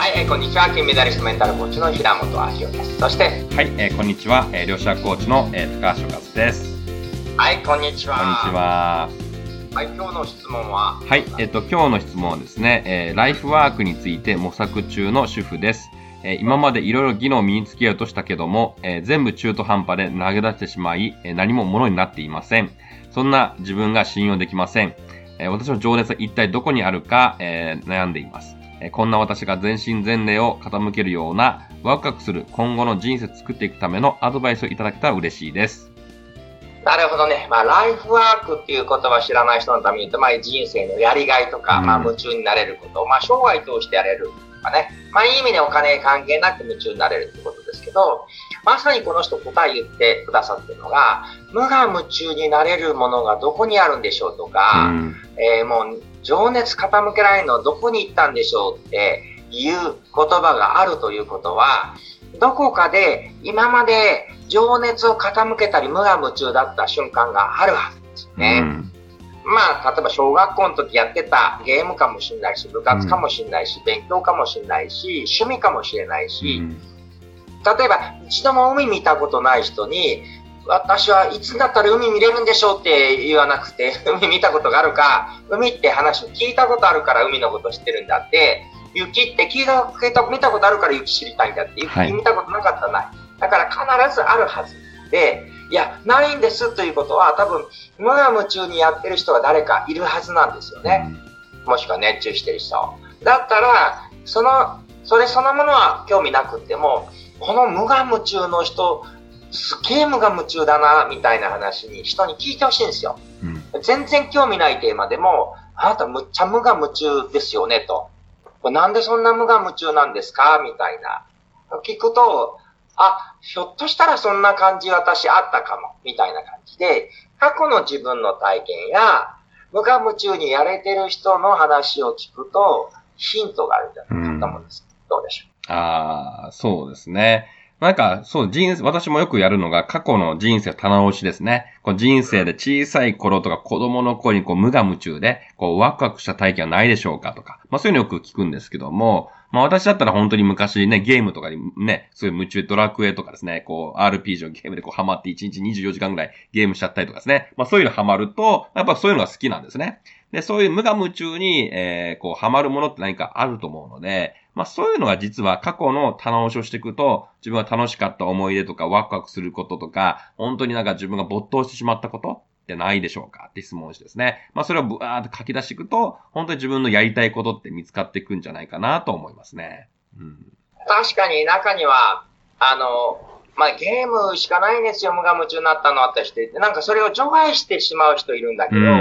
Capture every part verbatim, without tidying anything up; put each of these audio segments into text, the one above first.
はい、えー、こんにちは。金メダリストメンタルコーチの平本明夫です。そして、 はい、えー、こんにちは。えー、量子学コーチの、えー、高橋和です。 はい、こんにちは。 こんにちは。 はい、今日の質問ははい、えっ、ー、と、今日の質問はですね、えー、ライフワークについて模索中の主婦です。えー、今までいろいろ技能を身につけようとしたけども、えー、全部中途半端で投げ出してしまい、えー、何もものになっていません。そんな自分が信用できません。えー、私の情熱は一体どこにあるか、えー、悩んでいます。えー、こんな私が全身全霊を傾けるようなワクワクする今後の人生を作っていくためのアドバイスをいただけたら嬉しいです。 なるほどね。まあ、ライフワークっていう言葉を知らない人のために言うと、まあ、人生のやりがいとか、うん、まあ、夢中になれること、まあ、生涯通してやれるとかね。まあ、いい意味でお金関係なく夢中になれるってことですけど、まさにこの人答え言ってくださってるのが、無我夢中になれるものがどこにあるんでしょうとか、うん、えー、もう、情熱傾けられるのどこに行ったんでしょうっていう言葉があるということは、どこかで今まで情熱を傾けたり無我夢中だった瞬間があるはずですね。うん、まあ、例えば小学校の時やってたゲームかもしれないし、部活かもしれないし、うん、勉強かもしれないし、趣味かもしれないし、うん、例えば一度も海見たことない人に、私はいつになったら海見れるんでしょうって言わなくて、海見たことがあるか、海って話を聞いたことあるから海のことを知ってるんだって、雪って聞いた、聞いた、見たことあるから雪知りたいんだって、雪、はい、見たことなかったらない。だから必ずあるはずで、いや、ないんですということは多分、無我夢中にやってる人が誰かいるはずなんですよね。うん、もしくは熱中してる人。だったら、その、それそのものは興味なくっても、この無我夢中の人、すげえ無我夢中だな、みたいな話に人に聞いてほしいんですよ。うん、全然興味ないテーマでも、あなたむっちゃ無我夢中ですよね、と。なんでそんな無我夢中なんですかみたいな。聞くと、あ、ひょっとしたらそんな感じ私あったかも、みたいな感じで、過去の自分の体験や、無我夢中にやれてる人の話を聞くと、ヒントがあるんじゃないかと思うんです。うん、どうでしょう。 ああ、そうですね。なんか、そう、人生、私もよくやるのが過去の人生棚押しですね。こう人生で小さい頃とか子供の頃にこう無我夢中で、こうワクワクした体験はないでしょうかとか。まあそういうのよく聞くんですけども、まあ私だったら本当に昔ね、ゲームとかにね、そういう夢中、ドラクエとかですね、こう アールピージー のゲームでこうハマっていちにちにじゅうよじかんぐらいゲームしちゃったりとかですね。まあそういうのハマると、やっぱそういうのが好きなんですね。で、そういう無我夢中に、えー、こうハマるものって何かあると思うので、まあそういうのが実は過去の棚押しをしていくと、自分が楽しかった思い出とかワクワクすることとか、本当になんか自分が没頭してしまったことってないでしょうかって質問してですね。まあそれをブワーっと書き出していくと、本当に自分のやりたいことって見つかっていくんじゃないかなと思いますね。うん、 確かに中には、あの、まあゲームしかないんですよ、無我夢中になったのあった人って、なんかそれを除外してしまう人いるんだけど、うんうん、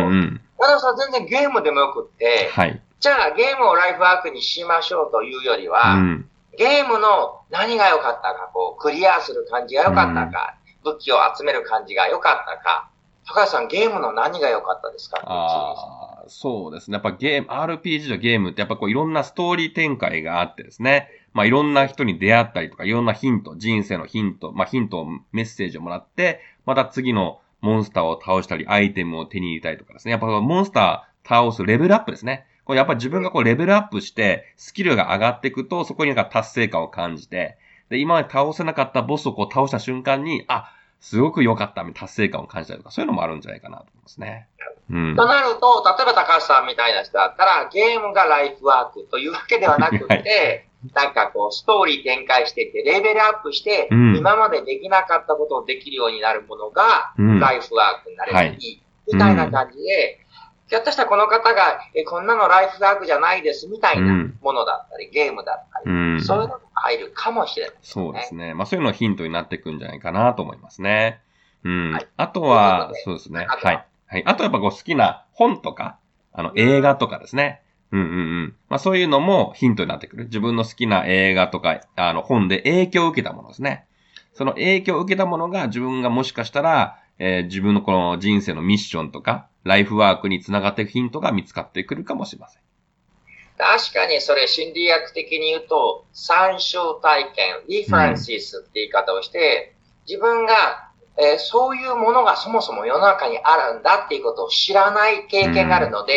たださ、全然ゲームでもよくって、はい、じゃあゲームをライフワークにしましょうというよりは、うん、ゲームの何が良かったか、こう、クリアする感じが良かったか、うん、武器を集める感じが良かったか、高橋さん、ゲームの何が良かったですか？ ああ、そうですね。やっぱゲーム、アールピージー のゲームってやっぱこういろんなストーリー展開があってですね。まあいろんな人に出会ったりとか、いろんなヒント、人生のヒント、まあヒントを、メッセージをもらって、また次のモンスターを倒したり、アイテムを手に入れたりとかですね。やっぱモンスター倒すレベルアップですね。これやっぱり自分がこうレベルアップして、スキルが上がっていくと、そこになんか達成感を感じて、で、今まで倒せなかったボスをこう倒した瞬間に、あ、すごく良かった達成感を感じたりとか、そういうのもあるんじゃないかなと思いますね。 うん、となると、例えば高橋さんみたいな人だったら、ゲームがライフワークというわけではなくて、はい、なんかこう、ストーリー展開していって、レベルアップして、うん、今までできなかったことをできるようになるものが、うん、ライフワークになればいい、はい、みたいな感じで、ひょっとしたらこの方が、え、こんなのライフワークじゃないです、みたいなものだったり、うん、ゲームだったり、うん、そういうのが入るかもしれないですね。 そうですね。まあそういうのがヒントになっていくんじゃないかなと思いますね。うん。はい、あとは、うそうですね。はい。はい。あとやっぱこう好きな本とか、あの映画とかですね。うんうんうん。まあそういうのもヒントになってくる。自分の好きな映画とか、あの本で影響を受けたものですね。その影響を受けたものが自分がもしかしたら、えー、自分のこの人生のミッションとか、ライフワークにつながっていくヒントが見つかってくるかもしれません。 確かにそれ心理学的に言うと、参照体験、リファレンシスって言い方をして、うん、自分がえー、そういうものがそもそも世の中にあるんだっていうことを知らない経験があるので、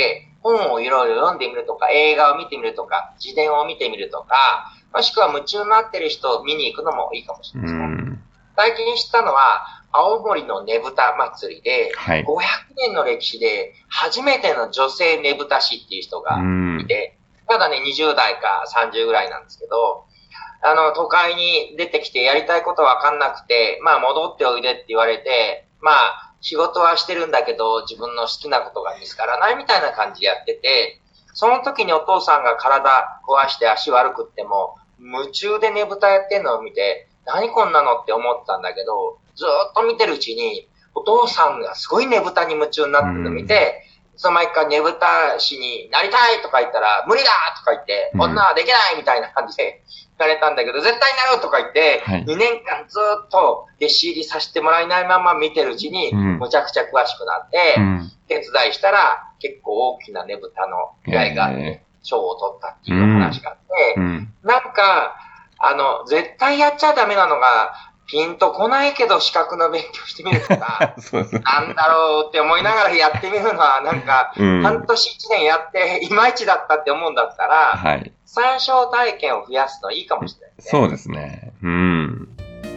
本をいろいろ読んでみるとか、映画を見てみるとか、自伝を見てみるとか、もしくは夢中になってる人を見に行くのもいいかもしれないですね。うん、最近知ったのは、青森のねぶた祭りで、はい、ごひゃくねんの歴史で初めての女性ねぶた師っていう人がいて、まだね、にじゅう代かさんじゅうぐらいなんですけど、あの、都会に出てきてやりたいことわかんなくて、まあ戻っておいでって言われて、まあ仕事はしてるんだけど自分の好きなことが見つからないみたいな感じでやってて、その時にお父さんが体壊して足悪くっても、夢中でねぶたやってんのを見て、何こんなのって思ったんだけど、ずーっと見てるうちに、お父さんがすごいねぶたに夢中になってるのを見て、その毎回ねぶた師になりたいとか言ったら、無理だとか言って、こんなはできないみたいな感じで言われたんだけど、絶対になるとか言って、はい、にねんかんずーっと弟子入りさせてもらえないまま見てるうちに、うん、むちゃくちゃ詳しくなって、うん、手伝いしたら結構大きなねぶたの依頼があって、賞を取ったっていう話があって、うん、なんか、あの、絶対やっちゃダメなのが、ピンとこないけど資格の勉強してみるとか、なんだろうって思いながらやってみるのは、なんか、うん、半年一年やっていまいちだったって思うんだったら、はい、参照体験を増やすのいいかもしれないですね。 そうですね。うん。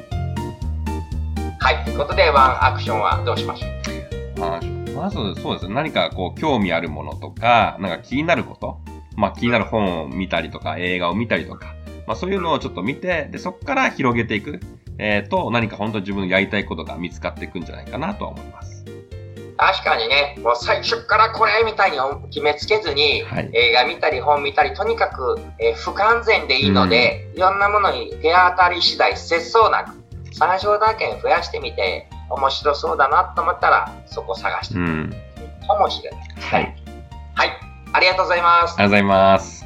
はい。ということで、ワンアクションはどうしましょう？ まあ、まず、そうですね。何かこう、興味あるものとか、なんか気になること、まあ気になる本を見たりとか、映画を見たりとか、まあそういうのをちょっと見て、で、そこから広げていく。えー、と、何か本当に自分のやりたいことが見つかっていくんじゃないかなとは思います。 確かにね、もう最初からこれみたいに決めつけずに、はい、映画見たり本見たり、とにかく、えー、不完全でいいので、うん、いろんなものに手当たり次第、節操なく、参照体験増やしてみて、面白そうだなと思ったら、そこ探してみるかもしれない。はい。はい。ありがとうございます。 ありがとうございます。